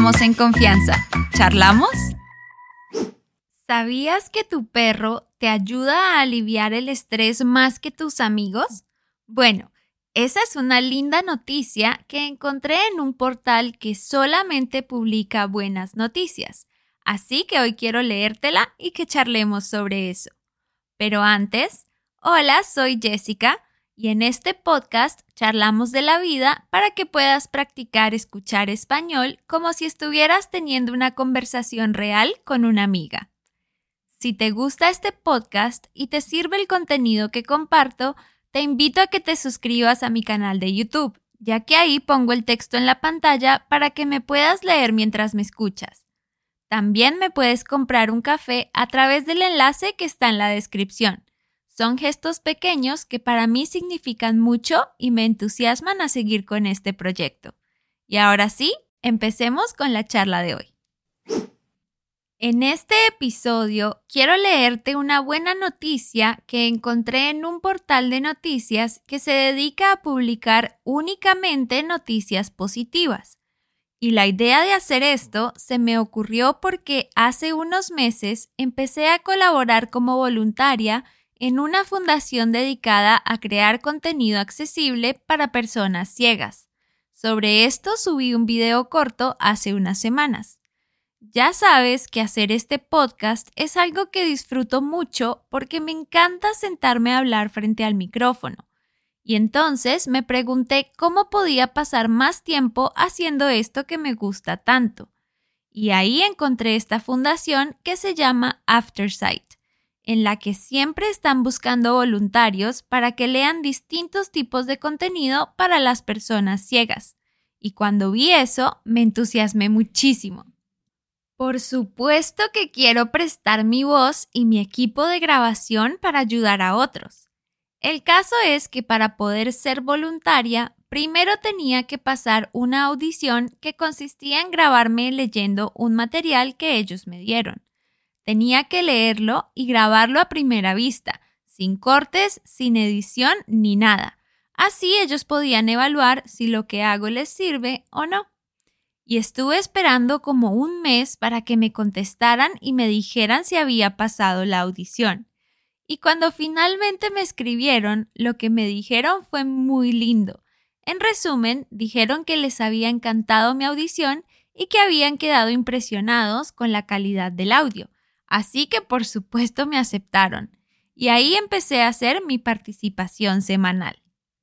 estamos en confianza. ¿Charlamos? ¿Sabías que tu perro te ayuda a aliviar el estrés más que tus amigos? Bueno, esa es una linda noticia que encontré en un portal que solamente publica buenas noticias. Así que hoy quiero leértela y que charlemos sobre eso. Pero antes, hola, soy Jessica y en este podcast charlamos de la vida para que puedas practicar escuchar español como si estuvieras teniendo una conversación real con una amiga. Si te gusta este podcast y te sirve el contenido que comparto, te invito a que te suscribas a mi canal de YouTube, ya que ahí pongo el texto en la pantalla para que me puedas leer mientras me escuchas. También me puedes comprar un café a través del enlace que está en la descripción. Son gestos pequeños que para mí significan mucho y me entusiasman a seguir con este proyecto. Y ahora sí, empecemos con la charla de hoy. En este episodio quiero leerte una buena noticia que encontré en un portal de noticias que se dedica a publicar únicamente noticias positivas. Y la idea de hacer esto se me ocurrió porque hace unos meses empecé a colaborar como voluntaria en una fundación dedicada a crear contenido accesible para personas ciegas. Sobre esto subí un video corto hace unas semanas. Ya sabes que hacer este podcast es algo que disfruto mucho porque me encanta sentarme a hablar frente al micrófono. Y entonces me pregunté cómo podía pasar más tiempo haciendo esto que me gusta tanto. Y ahí encontré esta fundación que se llama Aftersight, en la que siempre están buscando voluntarios para que lean distintos tipos de contenido para las personas ciegas. Y cuando vi eso, me entusiasmé muchísimo. Por supuesto que quiero prestar mi voz y mi equipo de grabación para ayudar a otros. El caso es que para poder ser voluntaria, primero tenía que pasar una audición que consistía en grabarme leyendo un material que ellos me dieron. Tenía que leerlo y grabarlo a primera vista, sin cortes, sin edición ni nada. Así ellos podían evaluar si lo que hago les sirve o no. Y estuve esperando como un mes para que me contestaran y me dijeran si había pasado la audición. Y cuando finalmente me escribieron, lo que me dijeron fue muy lindo. En resumen, dijeron que les había encantado mi audición y que habían quedado impresionados con la calidad del audio. Así que por supuesto me aceptaron. Y ahí empecé a hacer mi participación semanal.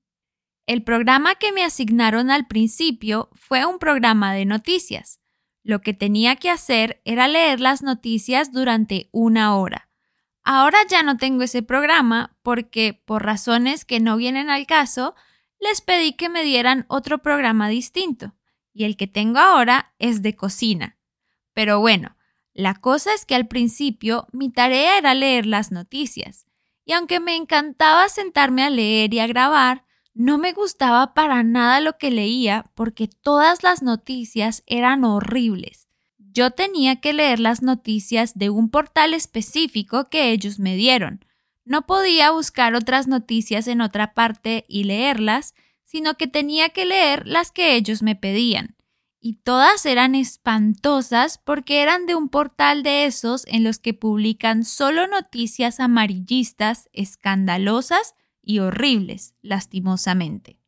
El programa que me asignaron al principio fue un programa de noticias. Lo que tenía que hacer era leer las noticias durante 1 hora. Ahora ya no tengo ese programa porque, por razones que no vienen al caso, les pedí que me dieran otro programa distinto. Y el que tengo ahora es de cocina. Pero bueno, la cosa es que al principio mi tarea era leer las noticias. Y aunque me encantaba sentarme a leer y a grabar, no me gustaba para nada lo que leía porque todas las noticias eran horribles. Yo tenía que leer las noticias de un portal específico que ellos me dieron. No podía buscar otras noticias en otra parte y leerlas, sino que tenía que leer las que ellos me pedían. Y todas eran espantosas porque eran de un portal de esos en los que publican solo noticias amarillistas, escandalosas y horribles, lastimosamente.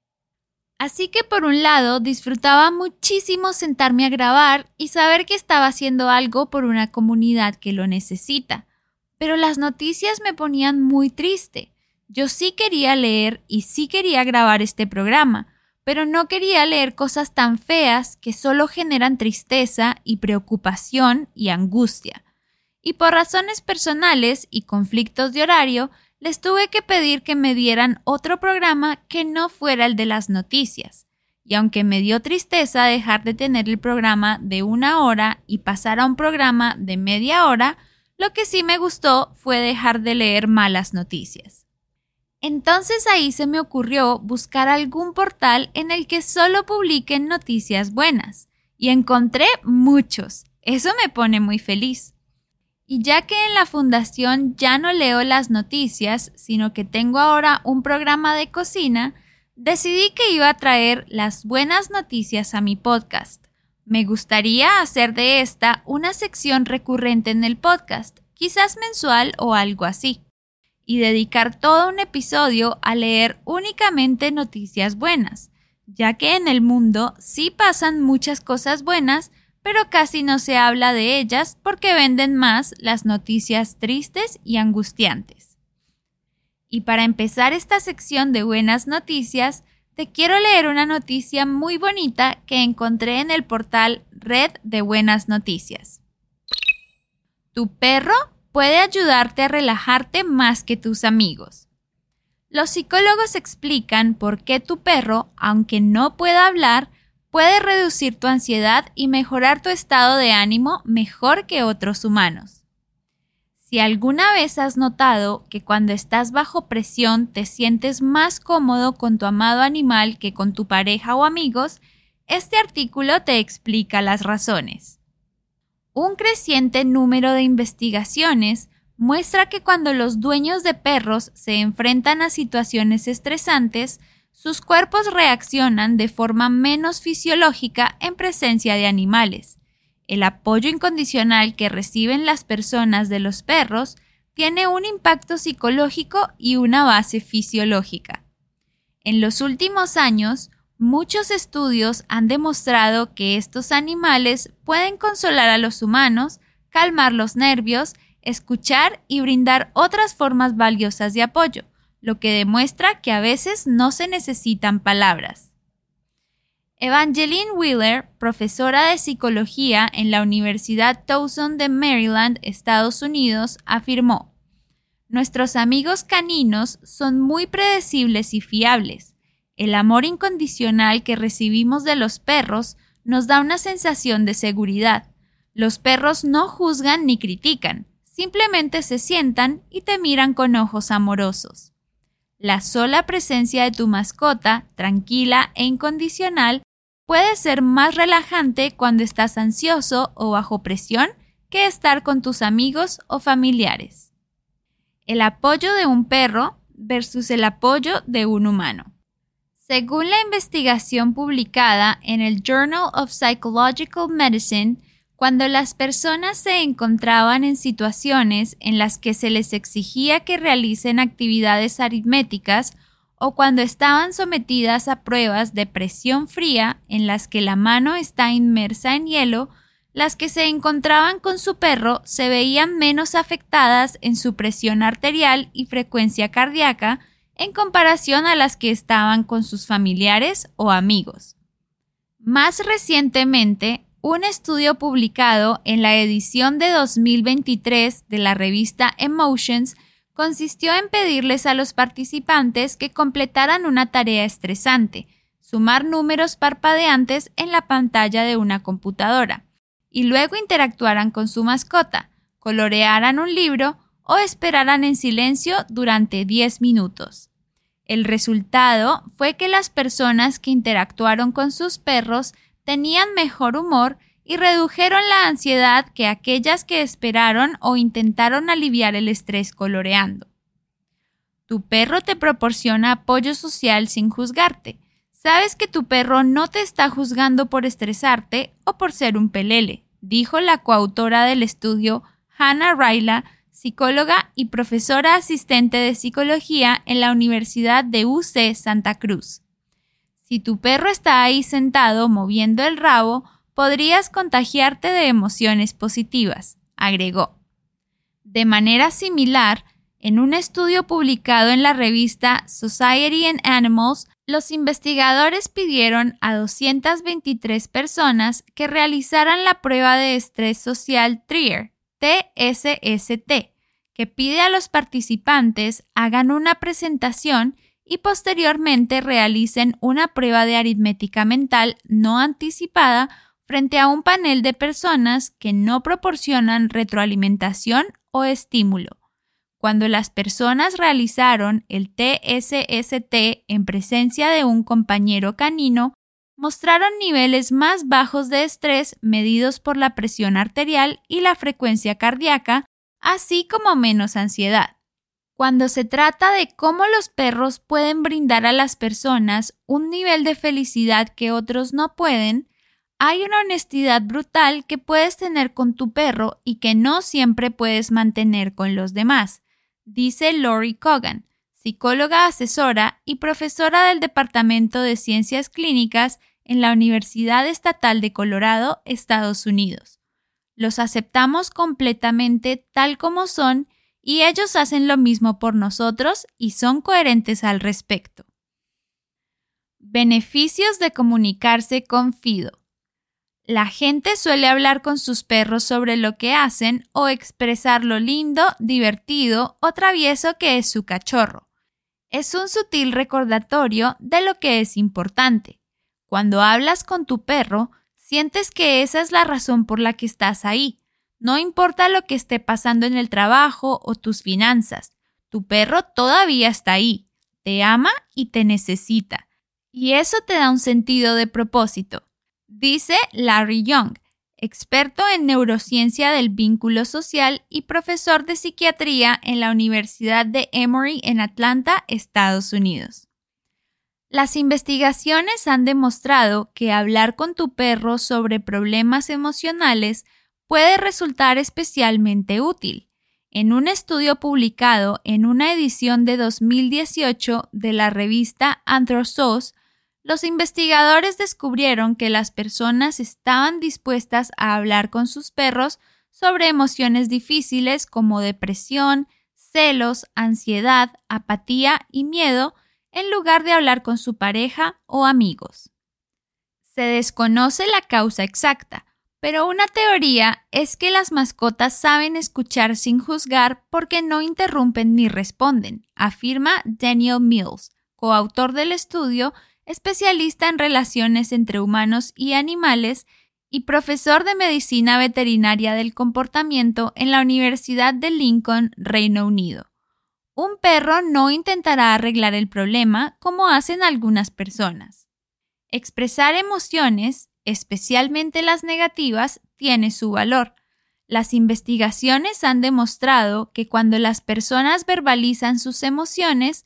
Así que por un lado disfrutaba muchísimo sentarme a grabar y saber que estaba haciendo algo por una comunidad que lo necesita, pero las noticias me ponían muy triste. Yo sí quería leer y sí quería grabar este programa, pero no quería leer cosas tan feas que solo generan tristeza y preocupación y angustia. Y por razones personales y conflictos de horario, les tuve que pedir que me dieran otro programa que no fuera el de las noticias. Y aunque me dio tristeza dejar de tener el programa de 1 hora y pasar a un programa de media hora, lo que sí me gustó fue dejar de leer malas noticias. Entonces ahí se me ocurrió buscar algún portal en el que solo publiquen noticias buenas. Y encontré muchos. Eso me pone muy feliz. Y ya que en la fundación ya no leo las noticias, sino que tengo ahora un programa de cocina, decidí que iba a traer las buenas noticias a mi podcast. Me gustaría hacer de esta una sección recurrente en el podcast, quizás mensual o algo así, y dedicar todo un episodio a leer únicamente noticias buenas, ya que en el mundo sí pasan muchas cosas buenas, pero casi no se habla de ellas porque venden más las noticias tristes y angustiantes. Y para empezar esta sección de buenas noticias, te quiero leer una noticia muy bonita que encontré en el portal Red de Buenas Noticias. Tu perro puede ayudarte a relajarte más que tus amigos. Los psicólogos explican por qué tu perro, aunque no pueda hablar, puede reducir tu ansiedad y mejorar tu estado de ánimo mejor que otros humanos. Si alguna vez has notado que cuando estás bajo presión te sientes más cómodo con tu amado animal que con tu pareja o amigos, este artículo te explica las razones. Un creciente número de investigaciones muestra que cuando los dueños de perros se enfrentan a situaciones estresantes, sus cuerpos reaccionan de forma menos fisiológica en presencia de animales. El apoyo incondicional que reciben las personas de los perros tiene un impacto psicológico y una base fisiológica. En los últimos años, muchos estudios han demostrado que estos animales pueden consolar a los humanos, calmar los nervios, escuchar y brindar otras formas valiosas de apoyo, lo que demuestra que a veces no se necesitan palabras. Evangeline Wheeler, profesora de psicología en la Universidad Towson de Maryland, Estados Unidos, afirmó: "Nuestros amigos caninos son muy predecibles y fiables. El amor incondicional que recibimos de los perros nos da una sensación de seguridad. Los perros no juzgan ni critican, simplemente se sientan y te miran con ojos amorosos. La sola presencia de tu mascota, tranquila e incondicional, puede ser más relajante cuando estás ansioso o bajo presión que estar con tus amigos o familiares". El apoyo de un perro versus el apoyo de un humano. Según la investigación publicada en el Journal of Psychological Medicine, cuando las personas se encontraban en situaciones en las que se les exigía que realicen actividades aritméticas o cuando estaban sometidas a pruebas de presión fría en las que la mano está inmersa en hielo, las que se encontraban con su perro se veían menos afectadas en su presión arterial y frecuencia cardíaca en comparación a las que estaban con sus familiares o amigos. Más recientemente, un estudio publicado en la edición de 2023 de la revista Emotions consistió en pedirles a los participantes que completaran una tarea estresante, sumar números parpadeantes en la pantalla de una computadora, y luego interactuaran con su mascota, colorearan un libro o esperaran en silencio durante 10 minutos. El resultado fue que las personas que interactuaron con sus perros tenían mejor humor y redujeron la ansiedad que aquellas que esperaron o intentaron aliviar el estrés coloreando. Tu perro te proporciona apoyo social sin juzgarte. Sabes que tu perro no te está juzgando por estresarte o por ser un pelele, dijo la coautora del estudio, Hannah Ryla, psicóloga y profesora asistente de psicología en la Universidad de UC Santa Cruz. Si tu perro está ahí sentado moviendo el rabo, podrías contagiarte de emociones positivas, agregó. De manera similar, en un estudio publicado en la revista Society and Animals, los investigadores pidieron a 223 personas que realizaran la prueba de estrés social Trier, TSST, que pide a los participantes hagan una presentación y posteriormente realicen una prueba de aritmética mental no anticipada frente a un panel de personas que no proporcionan retroalimentación o estímulo. Cuando las personas realizaron el TSST en presencia de un compañero canino, mostraron niveles más bajos de estrés medidos por la presión arterial y la frecuencia cardíaca, así como menos ansiedad. Cuando se trata de cómo los perros pueden brindar a las personas un nivel de felicidad que otros no pueden, Hay una honestidad brutal que puedes tener con tu perro y que no siempre puedes mantener con los demás, dice Lori Cogan, psicóloga asesora y profesora del Departamento de Ciencias Clínicas en la Universidad Estatal de Colorado, Estados Unidos. Los aceptamos completamente tal como son y ellos hacen lo mismo por nosotros y son coherentes al respecto. Beneficios de comunicarse con Fido. La gente suele hablar con sus perros sobre lo que hacen o expresar lo lindo, divertido o travieso que es su cachorro. Es un sutil recordatorio de lo que es importante. Cuando hablas con tu perro, sientes que esa es la razón por la que estás ahí. No importa lo que esté pasando en el trabajo o tus finanzas, tu perro todavía está ahí, te ama y te necesita. Y eso te da un sentido de propósito. Dice Larry Young, experto en neurociencia del vínculo social y profesor de psiquiatría en la Universidad de Emory en Atlanta, Estados Unidos. Las investigaciones han demostrado que hablar con tu perro sobre problemas emocionales puede resultar especialmente útil. En un estudio publicado en una edición de 2018 de la revista Anthropos, los investigadores descubrieron que las personas estaban dispuestas a hablar con sus perros sobre emociones difíciles como depresión, celos, ansiedad, apatía y miedo, en lugar de hablar con su pareja o amigos. Se desconoce la causa exacta, pero una teoría es que las mascotas saben escuchar sin juzgar porque no interrumpen ni responden, afirma Daniel Mills, coautor del estudio, especialista en relaciones entre humanos y animales y profesor de medicina veterinaria del comportamiento en la Universidad de Lincoln, Reino Unido. Un perro no intentará arreglar el problema como hacen algunas personas. Expresar emociones, especialmente las negativas, tiene su valor. Las investigaciones han demostrado que cuando las personas verbalizan sus emociones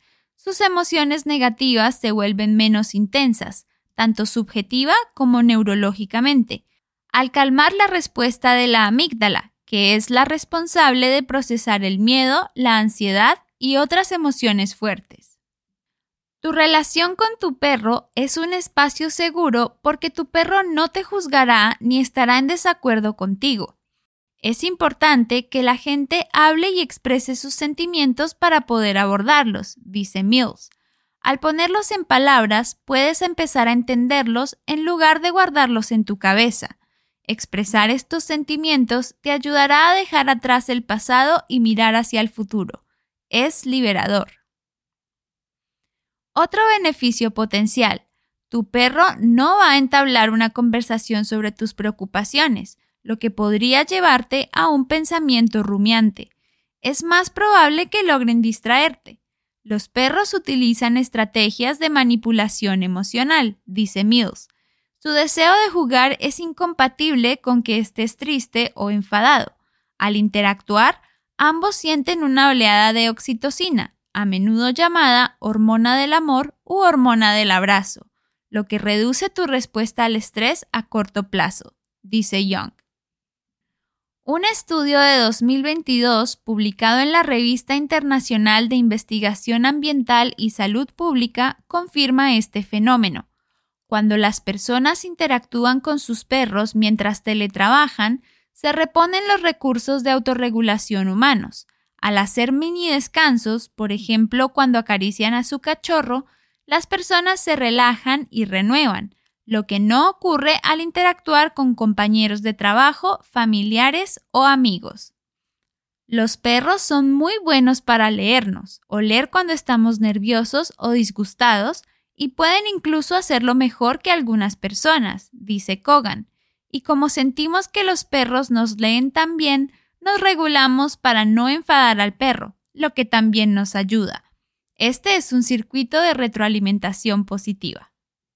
negativas se vuelven menos intensas, tanto subjetiva como neurológicamente, al calmar la respuesta de la amígdala, que es la responsable de procesar el miedo, la ansiedad y otras emociones fuertes. Tu relación con tu perro es un espacio seguro porque tu perro no te juzgará ni estará en desacuerdo contigo. Es importante que la gente hable y exprese sus sentimientos para poder abordarlos, dice Mills. Al ponerlos en palabras, puedes empezar a entenderlos en lugar de guardarlos en tu cabeza. Expresar estos sentimientos te ayudará a dejar atrás el pasado y mirar hacia el futuro. Es liberador. Otro beneficio potencial. Tu perro no va a entablar una conversación sobre tus preocupaciones, lo que podría llevarte a un pensamiento rumiante. Es más probable que logren distraerte. Los perros utilizan estrategias de manipulación emocional, dice Mills. Su deseo de jugar es incompatible con que estés triste o enfadado. Al interactuar, ambos sienten una oleada de oxitocina, a menudo llamada hormona del amor u hormona del abrazo, lo que reduce tu respuesta al estrés a corto plazo, dice Young. Un estudio de 2022 publicado en la Revista Internacional de Investigación Ambiental y Salud Pública confirma este fenómeno. Cuando las personas interactúan con sus perros mientras teletrabajan, se reponen los recursos de autorregulación humanos. Al hacer mini descansos, por ejemplo cuando acarician a su cachorro, las personas se relajan y renuevan, lo que no ocurre al interactuar con compañeros de trabajo, familiares o amigos. Los perros son muy buenos para leernos, oler cuando estamos nerviosos o disgustados y pueden incluso hacerlo mejor que algunas personas, dice Cogan. Y como sentimos que los perros nos leen tan bien, nos regulamos para no enfadar al perro, lo que también nos ayuda. Este es un circuito de retroalimentación positiva.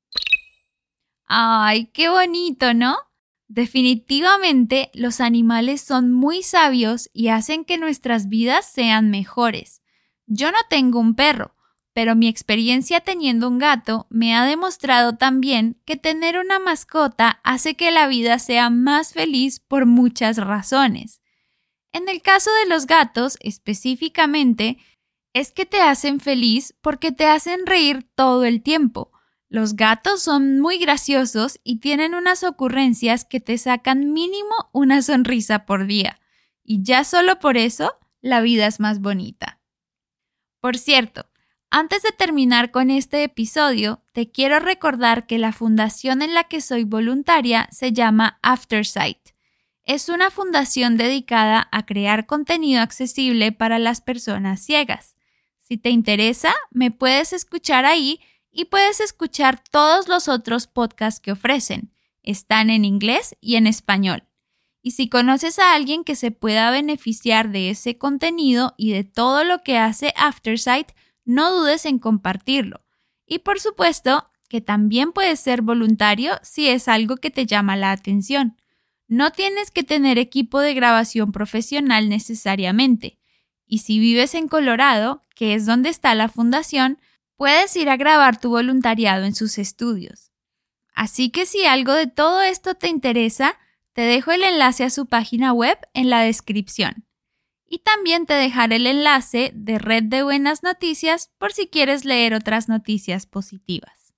¡Ay, qué bonito!, ¿no? Definitivamente, los animales son muy sabios y hacen que nuestras vidas sean mejores. Yo no tengo un perro, pero mi experiencia teniendo un gato me ha demostrado también que tener una mascota hace que la vida sea más feliz por muchas razones. En el caso de los gatos, específicamente, es que te hacen feliz porque te hacen reír todo el tiempo. Los gatos son muy graciosos y tienen unas ocurrencias que te sacan mínimo una sonrisa por día. Y ya solo por eso, la vida es más bonita. Por cierto, antes de terminar con este episodio, te quiero recordar que la fundación en la que soy voluntaria se llama Aftersight. Es una fundación dedicada a crear contenido accesible para las personas ciegas. Si te interesa, me puedes escuchar ahí y puedes escuchar todos los otros podcasts que ofrecen. Están en inglés y en español. Y si conoces a alguien que se pueda beneficiar de ese contenido y de todo lo que hace Aftersight, no dudes en compartirlo. Y por supuesto que también puedes ser voluntario si es algo que te llama la atención. No tienes que tener equipo de grabación profesional necesariamente. Y si vives en Colorado, que es donde está la fundación, puedes ir a grabar tu voluntariado en sus estudios. Así que si algo de todo esto te interesa, te dejo el enlace a su página web en la descripción. Y también te dejaré el enlace de Red de Buenas Noticias por si quieres leer otras noticias positivas.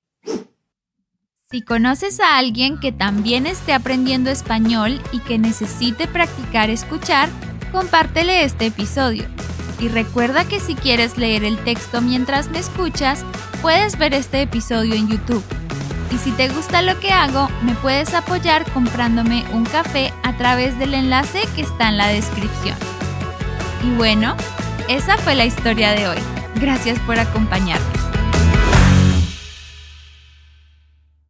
Si conoces a alguien que también esté aprendiendo español y que necesite practicar escuchar, compártele este episodio. Y recuerda que si quieres leer el texto mientras me escuchas, puedes ver este episodio en YouTube. Y si te gusta lo que hago, me puedes apoyar comprándome un café a través del enlace que está en la descripción. Y bueno, esa fue la historia de hoy. Gracias por acompañarme.